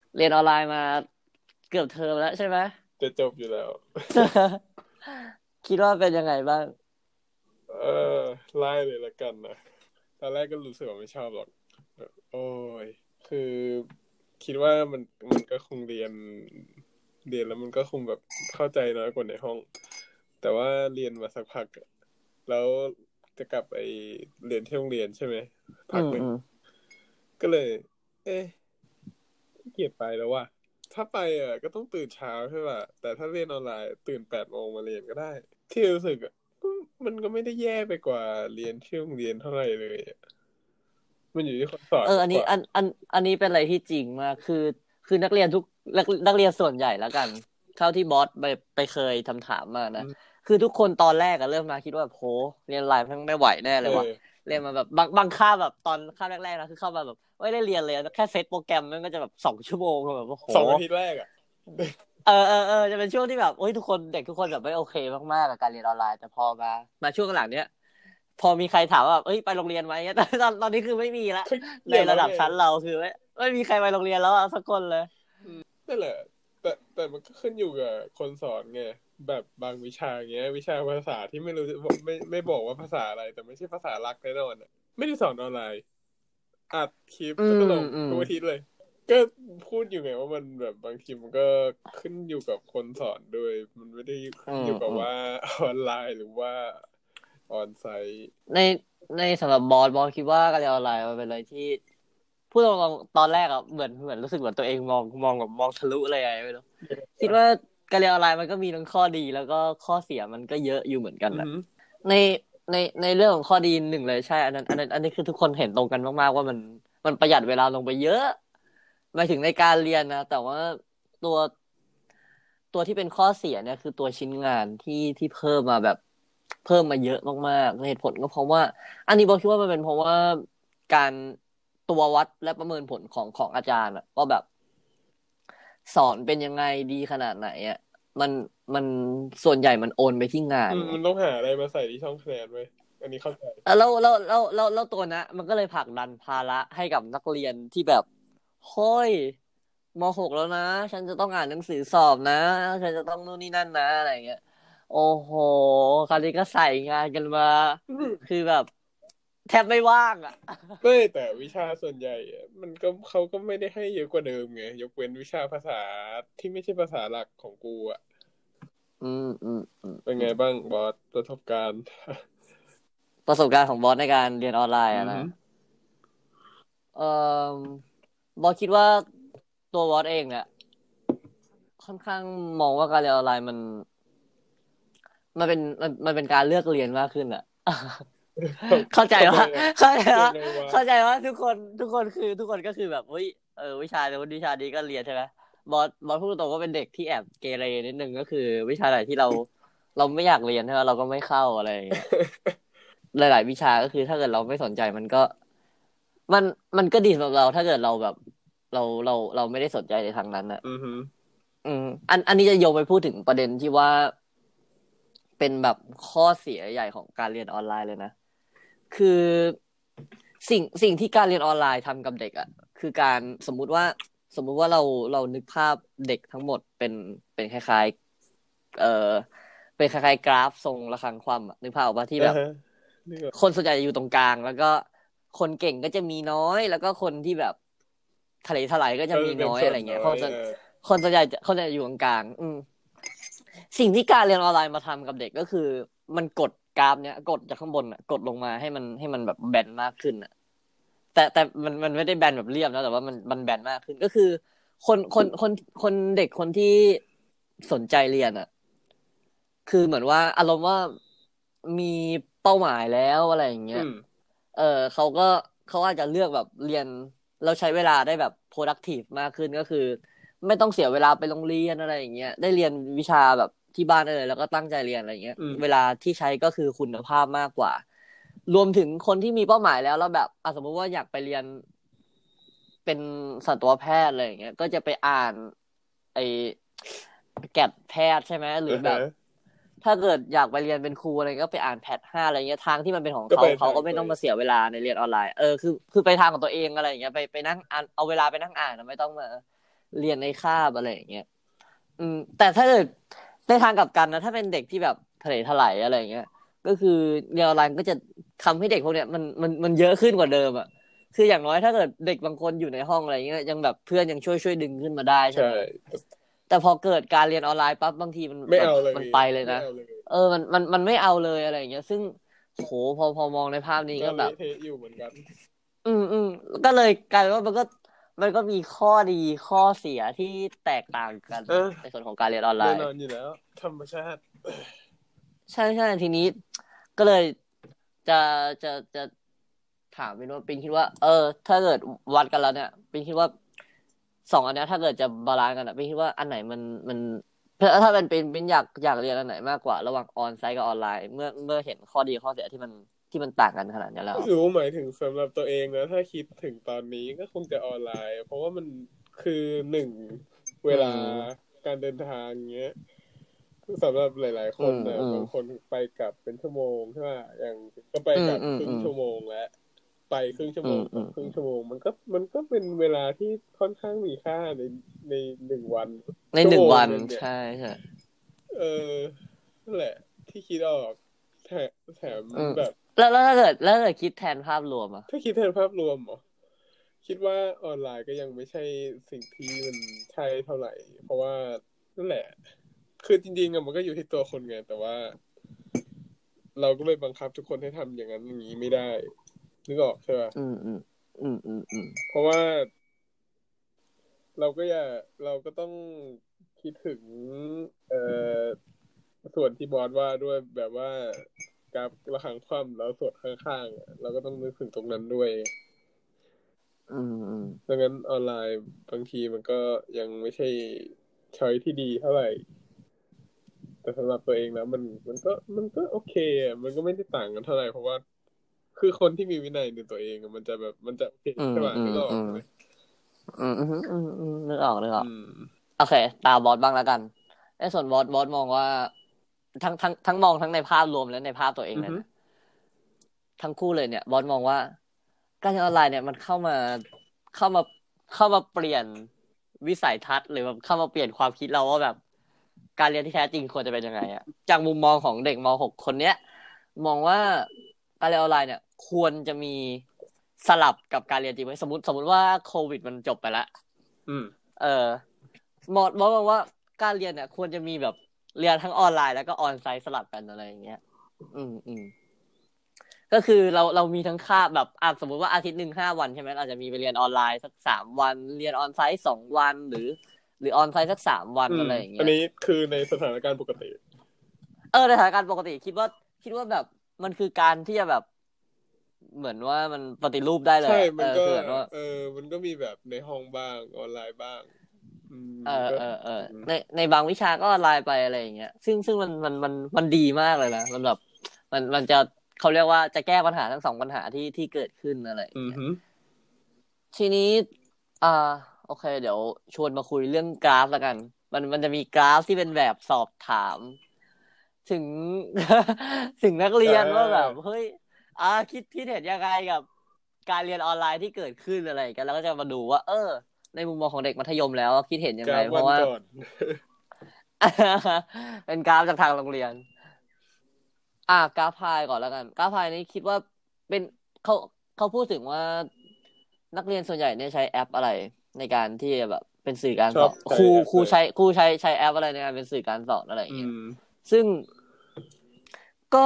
เรียนออนไลน์มาเกือบเทอมแล้วใช่ไหมจะจบอยู่แล้วคิดว่าเป็นยังไงบ้างเออไล่เลยละกันนะตอนแรกก็รู้สึกว่าไม่ชอบหรอกแบบโอ้ยคือคิดว่ามันก็คงเรียนแล้วมันก็คงแบบเข้าใจน้อยกว่าในห้องแต่ว่าเรียนมาสักพักอะแล้วจะกลับไปเรียนที่โรงเรียนใช่ไหมพักหนึ่งอืมอืมก็เลยเอ๊ะขี้เกียจไปแล้วว่ะถ้าไปอ่ะก็ต้องตื่นเช้าใช่ป่ะแต่ถ้าเรียนออนไลน์ตื่น8 โมงมาเรียนก็ได้ที่รู้สึกอ่ะก็มันก็ไม่ได้แย่ไปกว่าเรียนที่โรงเรียนเท่าไหร่เลยอะมันอยู่ที่คนสอนอันนี้มากกว่าอันนี้เป็นอะไรที่จริงมากคือนักเรียนทุกนักเรียนส่วนใหญ่แล้วกันเท่าที่บอสไปเคยทำถามมานะอืมคือทุกคนตอนแรกอะเริ่มมาคิดว่าโหเรียนออนไลน์มันไม่ไหวแน่เอเลยว่ะอเรียนมาแบบบางคาบแบบตอนคาบแรกๆนะคือเข้ามาแบบไม่ได้เรียนเลยแค่เซตโปรแกรมมันก็จะแบบ2 ชั่วโมงแบบโอ้โห 2 อาทิตย์แรกอ่ะเออจะเป็นช่วงที่แบบโอ้ยทุกคนเด็กทุกคนแบบไม่โอเคมากๆกับการเรียนออนไลน์แต่พอมาช่วงหลังเนี้ยพอมีใครถามว่าแบบเอ้ยไปโรงเรียนไหมเนี่ยตอนนี้คือไม่มีละเขาในระเกลียดแล้วไงดับชั้นเราคือไม่มีใครไปโรงเรียนแล้วอะสักคนเลยนั่นแหละแต่มันก็ขึ้นอยู่กับคนสอนไงแบบบางวิชาเงี้ยวิชาภาษาที่ไม่รู้จะไม่บอกว่าภาษาอะไรแต่ไม่ใช่ภาษาหลักแน่นอนอ่ะไม่ได้สอนออนไลน์อัดคลิปอืมแล้วก็ลงอืมทุกอาทิตย์เลย ก็พูดอยู่ไงว่ามันแบบบางทีมันก็ขึ้นอยู่กับคนสอนด้วยมันไม่ได้อืขึ้นอมอืมยู่กับว่าออนไลน์หรือว่าออนไซต์ในในสำหรับบอสคิดว่าการเรียนออนไลน์มันเป็นอะไรที่พูดตรงๆตอนแรกอะเหมือนรู้สึกเหมือนตัวเองมองแบบมองทะลุเลยไงไม่รู้คิดว่าการเรียนออนไลน์มันก็มีทั้งข้อดีแล้วก็ข้อเสียมันก็เยอะอยู่เหมือนกันอะอือหือในในเรื่องของข้อดีหนึ่งเลยใช่อันนี้คือทุกคนเห็นตรงกันมากๆว่ามันประหยัดเวลาลงไปเยอะหมายถึงในการเรียนนะแต่ว่าตัวตัวที่เป็นข้อเสียเนี่ยคือตัวชิ้นงานที่เพิ่มมาแบบเพิ่มมาเยอะมากๆเหตุผลก็เพราะว่าอันนี้บอกคิดว่ามันเป็นเพราะว่าการตัววัดและประเมินผลของอาจารย์อะว่าแบบสอนเป็นยังไงดีขนาดไหนอ่ะมันมันส่วนใหญ่มันโอนไปที่งานไงมันต้องหาอะไรมาใส่ที่ช่องคะแนนไว้ยอันนี้เข้าใจแล้วตัวนะมันก็เลยผลักดันภาระให้กับนักเรียนที่แบบเฮ้ยม.6แล้วนะฉันจะต้องอ่านหนังสือสอบนะฉันจะต้องนู่นนี่นั่นนะอะไรอย่างเงี้ยโอ้โหคราวนี้ก็ใส่งานกันมาอืมคือแบบแทบไม่ว่างอ่ะไม่แต่วิชาส่วนใหญ่อะมันก็เขาก็ไม่ได้ให้เยอะกว่าเดิมไงยกเว้นวิชาภาษาที่ไม่ใช่ภาษาหลักของกูอ่ะอืมอืมอืมเป็นอืมไงบ้างบอสประสบการณ์ประสบการณ์ของบอสในการเรียนออนไล น์อะนะอือหือเอ่อบอสคิดว่าตัวบอสเองเนี่ยค่อนข้างมองว่าการเรียนออนไลน์มันเป็นการเลือกเรียนมากขึ้นอ่ะ เข้าใจว่าทำไมอ่ะเข้าใจว่ายังไงวะเข้าใจว่าทุกคนก็คือแบบเฮ้ยวิชาแต่วันวิชานี้ก็เรียนใช่ไหมบอสพูดตรงว่าเป็นเด็กที่แอบเกเรนิดนึงก็คือวิชาไหนที่เราไม่อยากเรียนใช่ไหมเราก็ไม่เข้าอะไรอย่างเงี้ยหลายๆวิชาก็คือถ้าเกิดเราไม่สนใจมันมันก็ดีสำหรับเราถ้าเกิดเราแบบเราไม่ได้สนใจในทางนั้นอ่ะอือหืออันนี้จะโยงไปพูดถึงประเด็นที่ว่าเป็นแบบข้อเสียใหญ่ของการเรียนออนไลน์เลยนะ คือสิ่งที่การเรียนออนไลน์ทำกับเด็กอ่ะคือการสมมุติว่าเรานึกภาพเด็กทั้งหมดเป็นคล้ายๆเป็นคล้ายๆกราฟทรงระฆังคว่ำอะนึกภาพออกว่าที่แบบอ่าฮะนี่ก็คนส่วนใหญ่จะอยู่ตรงกลางแล้วก็คนเก่งก็จะมีน้อยแล้วก็คนที่แบบทะเลทลายก็จะก็มีน้อยจะเป็นส่อะไรเงี้ยวนน้อยคนส่วนใหญ่อยู่ตรงกลางสิ่งที่การเรียนออนไลน์มาทำกับเด็กก็คือมันกดกราฟเนี้ยกดจากข้างบนอ่ะกดลงมาให้มันแบบแบนมากขึ้นอ่ะแต่มันไม่ได้แบนแบบเรียบนะแต่ว่ามันแบนมากขึ้นก็คือคนเด็กคนที่สนใจเรียนอ่ะคือเหมือนว่าอารมณ์ว่ามีเป้าหมายแล้วอะไรอย่างเงี้ยอืมเออเขาก็เขาอาจจะเลือกแบบเรียนเราใช้เวลาได้แบบ productive มากขึ้นก็คือไม่ต้องเสียเวลาไปโรงเรียนอะไรอย่างเงี้ยได้เรียนวิชาแบบที่บ้านได้เลยแล้วก็ตั้งใจเรียนอะไรอย่างเงี้ยอืมเวลาที่ใช้ก็คือคุณภาพมากกว่ารวมถึงคนที่มีเป้าหมายแล้วแบบสมมุติว่าอยากไปเรียนเป็นสัตวแพทย์อะไรอย่างเงี้ยก็จะไปอ่านไอแกดแพทย์ใช่ไหมหรืออ่าฮะแบบถ้าเกิดอยากไปเรียนเป็นครูอะไรก็ไปอ่านแพท 5อะไรเงี้ยทางที่มันเป็นของก็ไปเขาก็ไม่ทางตัวเองต้องมาเสียเวลาในเรียนออนไลน์คือไปทางของตัวเองอะไรอย่างเงี้ยไปนั่งอ่านเอาเวลาไปนั่งอ่านนะไม่ต้องมาเรียนในคาบอะไรอย่างเงี้ยแต่ถ้าเกิดในทางกลับกันนะถ้าเป็นเด็กที่แบบทะเลถลายอะไรอย่างเงี้ยก็คือเรียนออนไลน์ก็จะทำให้เด็กพวกเนี้ยมันเยอะขึ้นกว่าเดิมอ่ะคืออย่างน้อยถ้าเกิดเด็กบางคนอยู่ในห้องอะไรเงี้ยยังแบบเพื่อนยังช่วยดึงขึ้นมาได้ใช่ใช่ไหมแต่พอเกิดการเรียนออนไลน์ปั๊บบางทีมันไม่แบบเอาเลยมันไปเลยไม่นะเอาเลยมันไม่เอาเลยอะไรอย่างเงี้ยซึ่งโหพอมองในภาพนี้ก็ก็แบบเละเทะอยู่เหมือนกันอืมก็เลยกลายเป็นว่ามันก็มีข้อดีข้อเสียที่แตกต่างกันอ่ะในส่วนของการเรียนออนไลแน่นน์อนอยู่แล้วธรรมชาติใช่ทีนี้ก็เลยจะจะถามเป็นว่าปิงคิดว่าถ้าเกิดวัดกันแล้วเนี่ยปิงคิดว่าสองอันเนี้ยถ้าเกิดจะบาลานซ์กันอ่ะปิงคิดว่าอันไหนมันถ้าเป็นปิงอยากเรียนอันไหนมากกว่าระหว่างออนไซต์กับออนไลน์เมื่อเห็นข้อดีข้อเสียที่มันต่างกันขนาดนี้แล้วไม่รู้หมายถึงสำหรับตัวเองนะถ้าคิดถึงตอนนี้ก็คงจะออนไลน์เพราะว่ามันคือหนึ่งเวอืลามการเดินทางเงี้ยสำหรับหลายๆคนนะอืมบางคนไปกลับเป็นชั่วโมงใช่ไหมอย่างก็ไปกลับครึ่งชั่วโมงแล้วไปครึ่งชั่วโมงกลับครึ่งชั่วโมงมันก็เป็นเวลาที่ค่อนข้างมีค่าในหนึ่งวันในชั่วโมง 1 วันหนึ่งเนี่ยใช่เออนั่นแหละที่คิดออกแถมอืมแบบแล้วถ้าเกิดคิดแทนภาพรวมอ่ะถ้าคิดแทนภาพรวมเหรอคิดว่าออนไลน์ก็ยังไม่ใช่สิ่งที่มันใช่เท่าไหร่เพราะว่านั่นแหละคือจริงๆอะมันก็อยู่ที่ตัวคนไงแต่ว่าเราก็ไปบังคับทุกคนให้ทำอย่างนั้นอย่างนี้ไม่ได้นึกออกใช่ป่ะอืมอืมอืมเพราะว่าเราก็อย่าเราก็ต้องคิดถึงเอ่อส่วนที่บอสว่าด้วยแบบว่ากราฟระหังคว่ำแล้วส่วนข้างๆอะเราก็ต้องนึกถึงตรงนั้นด้วยอืมดังนั้นออนไลน์บางทีมันก็ยังไม่ใช่ช้อยที่ดีเท่าไหร่แต่สำหรับตัวเองแล้วมันก็โอเคอ่ะมันก็ไม่ได้ต่างกันเท่าไหร่เพราะว่าคือคนที่มีวินัยในตัวเองอะมันจะแบบมันจะโอเคอืมใช่ป่ะอืมนึกอออืมกใช่ไหมนึกออกอืมโอเคตาบอสบ้างแล้วกันในส่วนบอสมองว่าทั้งมองทั้งในภาพรวมและในภาพตัวเองอือฮึเลยนะทั้งคู่เลยเนี่ยบอสมองว่าการเรียนออนไลน์เนี่ยมันเข้ามาเข้ามาเปลี่ยนวิสัยทัศน์หรือแบบเข้ามาเปลี่ยนความคิดเราว่าแบบการเรียนที่แท้จริงควรจะเป็นยังไงอะจากมุมมองของเด็กม.6คนเนี้ยมองว่าการเรียนออนไลน์เนี่ยควรจะมีสลับกับการเรียนจริงไหมสมมติว่าโควิดมันจบไปแล้วอืมเออมองว่าการเรียนเนี่ยควรจะมีแบบเรียนทั้งออนไลน์แล้วก็ออนไซต์สลับกันอะไรอย่างเงี้ยอืมก็คือเรามีทั้งคาบแบบสมมติว่าอาทิตย์หนึ่ง5 วันใช่ไหมเราอาจจะมีไปเรียนออนไลน์สัก3 วันเรียนออนไซต์2 วันหรือออนไซต์สัก3 วันอืมอะไรอย่างเงี้ยอันนี้คือในสถานการณ์ปกติในสถานการณ์ปกติคิดว่าแบบมันคือการที่จะแบบเหมือนว่ามันปฏิรูปได้เลยใช่อะมันก็คือเหมือนว่าเออมันก็มีแบบในห้องบ้างออนไลน์บ้างอืมเออมันก็ในบางวิชาก็ออนไลน์ไปอะไรอย่างเงี้ยซึ่งมันดีมากเลยนะมันแบบมันจะเขาเรียกว่าจะแก้ปัญหาทั้ง2 ปัญหาที่เกิดขึ้นอะไรอย่างเงี้ยอือฮึทีนี้อ่าโอเคเดี๋ยวชวนมาคุยเรื่องกราฟแล้วกันมันจะมีกราฟที่เป็นแบบสอบถามถึงถึงนักเรีอ่ยนว่าแบบาเฮ้ยคิดเห็นยังไงกับการเรียนออนไลน์ที่เกิดขึ้นอะไรกันแล้วก็จะมาดูว่าในมุมมองของเด็กมัธยมแล้วคิดเห็นยังไงกราฟเพราะว่าวันก่อนเป็นกราฟจากทางโรงเรียนกราฟพายก่อนแล้วกันกราฟพายนี้คิดว่าเป็นเขาเขาพูดถึงว่านักเรียนส่วนใหญ่เนี่ยใช้แอปอะไรในการที่จะแบบเป็นสื่อการชอบสอนครูใช้แอปเลยครูใช้แอปอะไรในการเป็นสื่อการสอนอะไรอย่างเงี้ยอืมซึ่งก็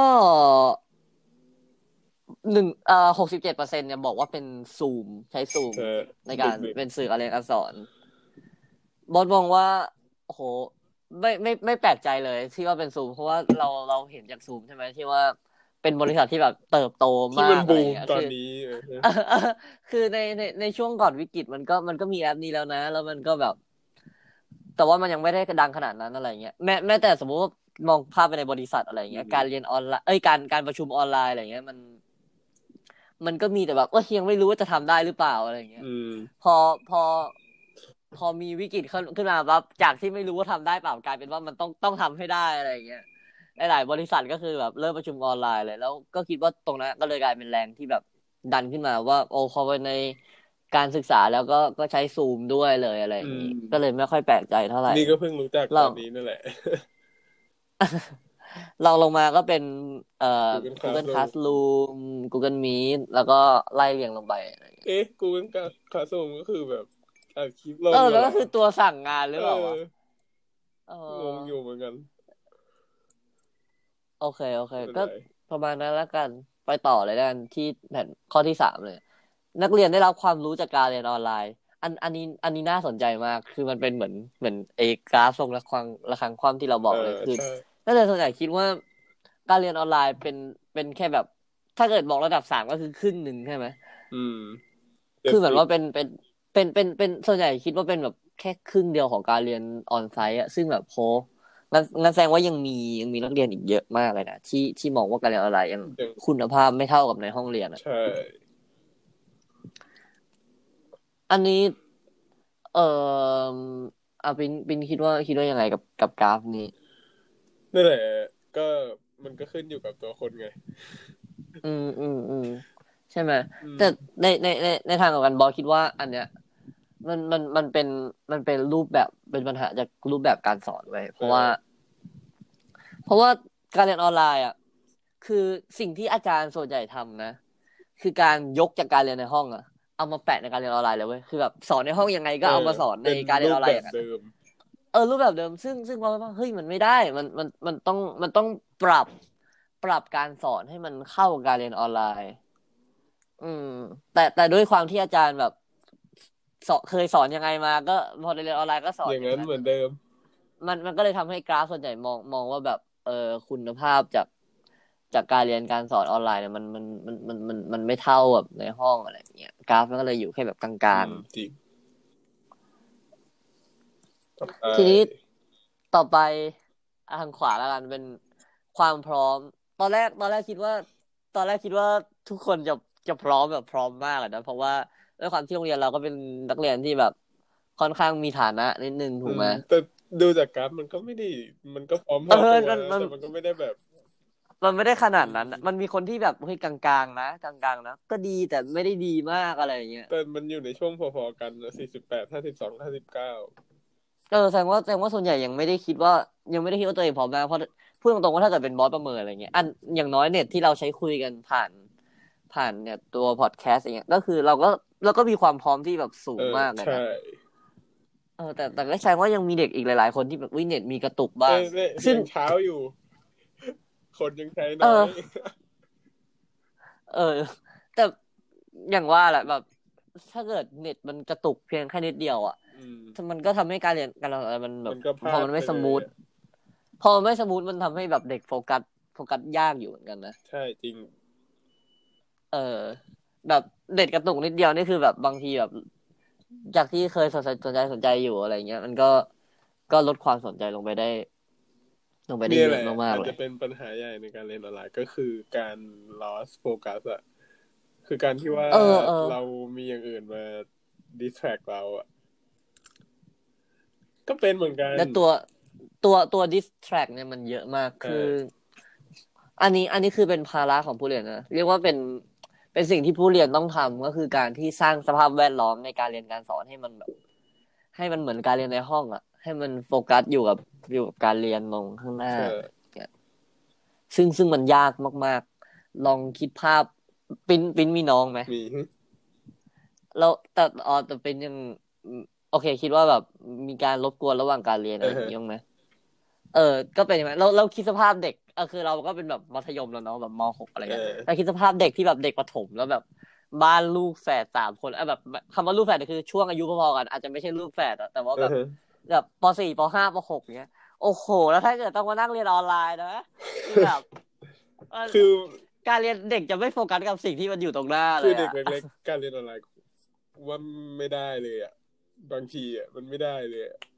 67%เนี่ยบอกว่าเป็นซูมใช้ซูมเออในการเด็กเป็นสื่อการเรียนการสอนบอสมองว่าโอ้โหไม่แปลกใจเลยที่ว่าเป็นซูมเพราะว่าเราเห็นจากซูมใช่ไหมที่ว่าเป็นบริษัทที่แบบเติบโตๆที่มามันบูกอะไรอย่างเงี้ยคือมตอนนี้คือในช่วงก่อนวิกฤตมันก็มีแอปนี้แล้วนะแล้วมันก็แบบแต่ว่ามันยังไม่ได้ดังขนาดนั้นอะไรเงี้ยแม้แต่สมมุติว่ามองภาพไปในบริษัทอะไรอืเงี้ยการเรียนมออนไลน์การประชุมออนไลน์อะไรเงี้ยมันก็มีแต่แบบยังไม่รู้ว่าจะทำได้หรือเปล่าอะไรเงี้ยอืมพอพอพอมีวิกฤตขึ้นมาปั๊บจากที่ไม่รู้ว่าทำได้เปล่ากลายเป็นว่ามันต้องทำให้ได้อะไรเงี้ยหลายๆบริษัทก็คือแบบเริ่มประชุมออนไลน์เลยแล้วก็คิดว่าตรงนั้นก็เลยกลายเป็นแรงที่แบบดันขึ้นมาว่าพอไปในการศึกษาแล้วก็ใช้ซูมด้วยเลยอะไรอย่างนี้ก็เลยไม่ค่อยแปลกใจเท่าไหร่นี่ก็เพิ่งรู้จักตอนนี้นั่นแหละเราลงมาก็เป็น Google Google Classroom Classroom Google Meet แล้วก็ไล่เรียงลงไป Google Classroom ก็คือแบบอัดคลิปลงแล้วก็คือตัวสั่งงานหรือเปล่าวะงงอยู่เหมือนกันโอเคก็ประมาณนั้นแล้วกันไปต่อเลยแล้วกันที่แผ่นข้อที่3เลยนักเรียนได้รับความรู้จากการเรียนออนไลน์อันนี้น่าสนใจมากคือมันเป็นเหมือนไอ้กราฟทรงระฆังคว่ำที่เราบอกเลยคือนักเรียนส่วนใหญ่คิดว่าการเรียนออนไลน์เป็นแค่แบบถ้าเกิดบอกระดับ3ก็คือครึ่งหนึ่งใช่ไหมคือเหมือนว่าเป็นส่วนใหญ่คิดว่าเป็นแบบแค่ครึ่งเดียวของการเรียนออนไซต์อะซึ่งแบบโหงั้นแสดงว่ายังมีนักเรียนอีกเยอะมากเลยนะที่มองว่าการเรียนออนไลน์ยังคุณภาพไม่เท่ากับในห้องเรียนอะใช่อันนี้ปินคิดว่ายังไงกับกราฟนี้นั่นแหละก็มันก็ขึ้นอยู่กับตัวคนไงใช่ไหมแต่ในทางของกันบอสคิดว่าอันเนี้ยมันเป็นรูปแบบเป็นปัญหาจากรูปแบบการสอนไว้เพราะว่าการเรียนออนไลน์อ่ะคือสิ่งที่อาจารย์ส่วนใหญ่ทำนะคือการยกจากการเรียนในห้องอ่ะเอามาแปะในการเรียนออนไลน์เลยเว้ยคือแบบสอนในห้องยังไงก็เอามาสอนในการเรียนออนไลน์อย่างนั้นรูปแบบเดิมซึ่งเราว่าเฮ้ยมันไม่ได้มันต้องปรับการสอนให้มันเข้ากับการเรียนออนไลน์แต่ด้วยความที่อาจารย์แบบเคยสอนยังไงมาก็พอเรียนออนไลน์ก็สอนอย่างนั้นเหมือนเดิมมันก็เลยทำให้กราฟส่วนใหญ่มองว่าแบบคุณภาพจากการเรียนการสอนออนไลน์เนี่ยมันไม่เท่าแบบในห้องอะไรอย่างเงี้ยกราฟมันก็เลยอยู่แค่แบบกลางๆจริงทีนี้ต่อไปทางขวาแล้วกันเป็นความพร้อมตอนแรกคิดว่าทุกคนจะพร้อมแบบพร้อมมากเลยนะเพราะว่าด้วยความที่โรงเรียนเราก็เป็นนักเรียนที่แบบค่อนข้างมีฐานะนิดนึงถูกไหมแต่ดูจากกราฟมันก็ไม่ได้มันก็พร้อมพอตัวแต่มันก็ไม่ได้แบบมันไม่ได้ขนาดนั้นมันมีคนที่แบบเฮ้ยกลางๆนะก็ดีแต่ไม่ได้ดีมากอะไรอย่างเงี้ยแต่มันอยู่ในช่วงพอๆกัน48 52 59 แสดงว่าส่วนใหญ่ยังไม่ได้คิดว่าตัวเองพร้อมนะเพราะพูดตรงๆว่าถ้าเกิดเป็นบอสประเมินอะไรเงี้ยอย่างน้อยเน็ตที่เราใช้คุยกันผ่านเนี่ยตัวพอดแคสต์อย่างเงี้ยก็คือเราก็มีความพร้อมที่แบบสูงมากเลยนะแต่ก็แสดงว่ายังมีเด็กอีกหลายๆคนที่แบบเน็ตมีกระตุกบ้างซึ่งเช้าอยู่คนยังใช้น้อยแต่อย่างว่าแหละแบบถ้าเกิดเน็ตมันกระตุกเพียงแค่นิดเดียวอ่ะมันก็ทำให้การเรียนการอะไรมันแบบพอมันไม่สมูทมันทำให้แบบเด็กโฟกัสยากอยู่เหมือนกันนะใช่จริงแบบเด็ดกระตุกนิดเดียวนี่คือแบบบางทีแบบจากที่เคยสนใจอยู่อะไรเงี้ยมันก็ลดความสนใจลงไปได้นี่เยแหละอะมากๆเลยอาจจะเป็นปัญหาใหญ่ในการเรียนออนไลน์ก็คือการ lost focus อะคือการที่ว่าเรามีอย่างอื่นมา distract เราอะก็เป็นเหมือนกันและตัว distract เนี่ยมันเยอะมากคืออันนี้คือเป็นภาระของผู้เรียนนะเรียกว่าเป็นสิ่งที่ผู้เรียนต้องทำก็คือการที่สร้างสภาพแวดล้อมในการเรียนการสอนให้มันแบบให้มันเหมือนการเรียนในห้องอ่ะให้มันโฟกัสอยู่กับการเรียนลงข้างหน้าซึ่งมันยากมากๆลองคิดภาพปิ้นมีน้องไหมมีแล้วแต่เป็นยังโอเคคิดว่าแบบมีการรบกวนระหว่างการเรียนอะไรอย่างนี้ไหมก็เป็นอย่างนั้นเราคิดสภาพเด็กคือเราก็เป็นแบบมัธยมแล้วเนาะแบบม.6 อะไรเงี้ยแต่คิดสภาพเด็กที่แบบเด็กประถมแล้วแบบบ้านลูกแฝด3 คนแบบคำว่าลูกแฝดคือช่วงอายุพอๆกันอาจจะไม่ใช่ลูกแฝดแต่ว่าแบบป.4 ป.5 ป.6 เงี้ยโอ้โหแล้วถ้าเกิดต้องมานั่งเรียนออนไลน์นะคือแบบคือการเรียนเด็กจะไม่โฟกัสกับสิ่งที่มันอยู่ตรงหน้าเลยคือเด็กเล็กๆการเรียนออนไลน์ว่าไม่ได้เลยอ่ะบางทีอ่ะมันไม่ได้เลย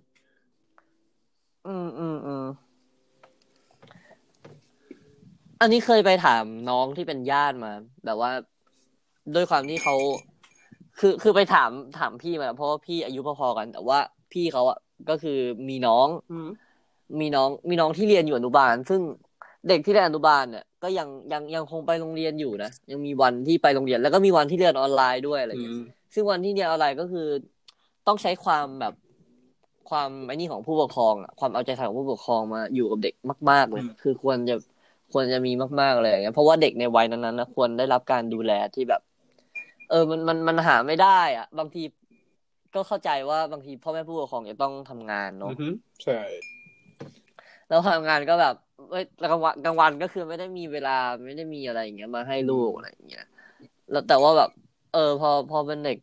อันนี้เคยไปถามน้องที่เป็นญาติมาแบบว่าด้วยความที่เขาคือไปถามพี่มาเพราะว่าพี่อายุพอๆกันแต่ว่าพี่เขาอ่ะก็คือมีน้องที่เรียนอยู่อนุบาลซึ่งเด็กที่เรียนอนุบาลเนี่ยก็ยังคงไปโรงเรียนอยู่นะยังมีวันที่ไปโรงเรียนแล้วก็มีวันที่เรียนออนไลน์ด้วยอะไรเงี้ยซึ่งวันที่เรียนออนไลน์ก็คือต้องใช้ความแบบความไอ้นี่ของผู้ปกครองอะความเอาใจใส่ของผู้ปกครองมาอยู่กับเด็กมากๆเลยคือควรจะมีมากๆเลยอย่างเงี้ยเพราะว่าเด็กในวัยนั้นนะควรได้รับการดูแลที่แบบมันหาไม่ได้อ่ะบางทีก็เข้าใจว่าบางทีพ่อแม่ผู้ปกครองจะต้องทำงานเนาะใช่แล้วทำงานก็แบบกลางวันก็คือไม่ได้มีเวลาไม่ได้มีอะไรอย่างเงี้ยมาให้ลูกอะไรอย่างเงี้ยแล้วแต่ว่าแบบพอเป็นเด็ก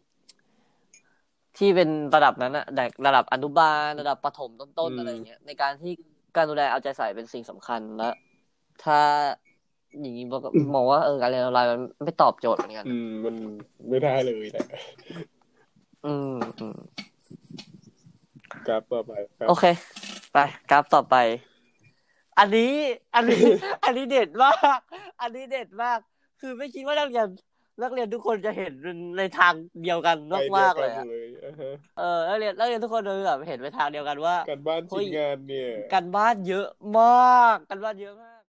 ที่เป็นระดับนั้นอะเด็กระดับอนุบาลระดับประถมต้นๆอะไรอย่างเงี้ยในการที่การดูแลเอาใจใส่เป็นสิ่งสำคัญและถ้าอย่างนี้มองว่าการเรียนออนไลน์มันไม่ตอบโจทย์เหมือนกันมันไม่ได้เลยแหละอืมกราฟต่อไปครับโอเคไปกราฟต่อไปอันนี้อันนี้ อันนี้เด็ดมากอันนี้เด็ดมากคือไม่คิดว่านักเรียนทุกคนจะเห็นในทางเดียวกันไปเดียวมากๆกันเลยอะเลยนักเรียนทุกคนเลยแบบเห็นไปทางเดียวกันว่าการบ้านชิ้นงานเนี่ยการบ้านเยอะมากการบ้านเยอะมาก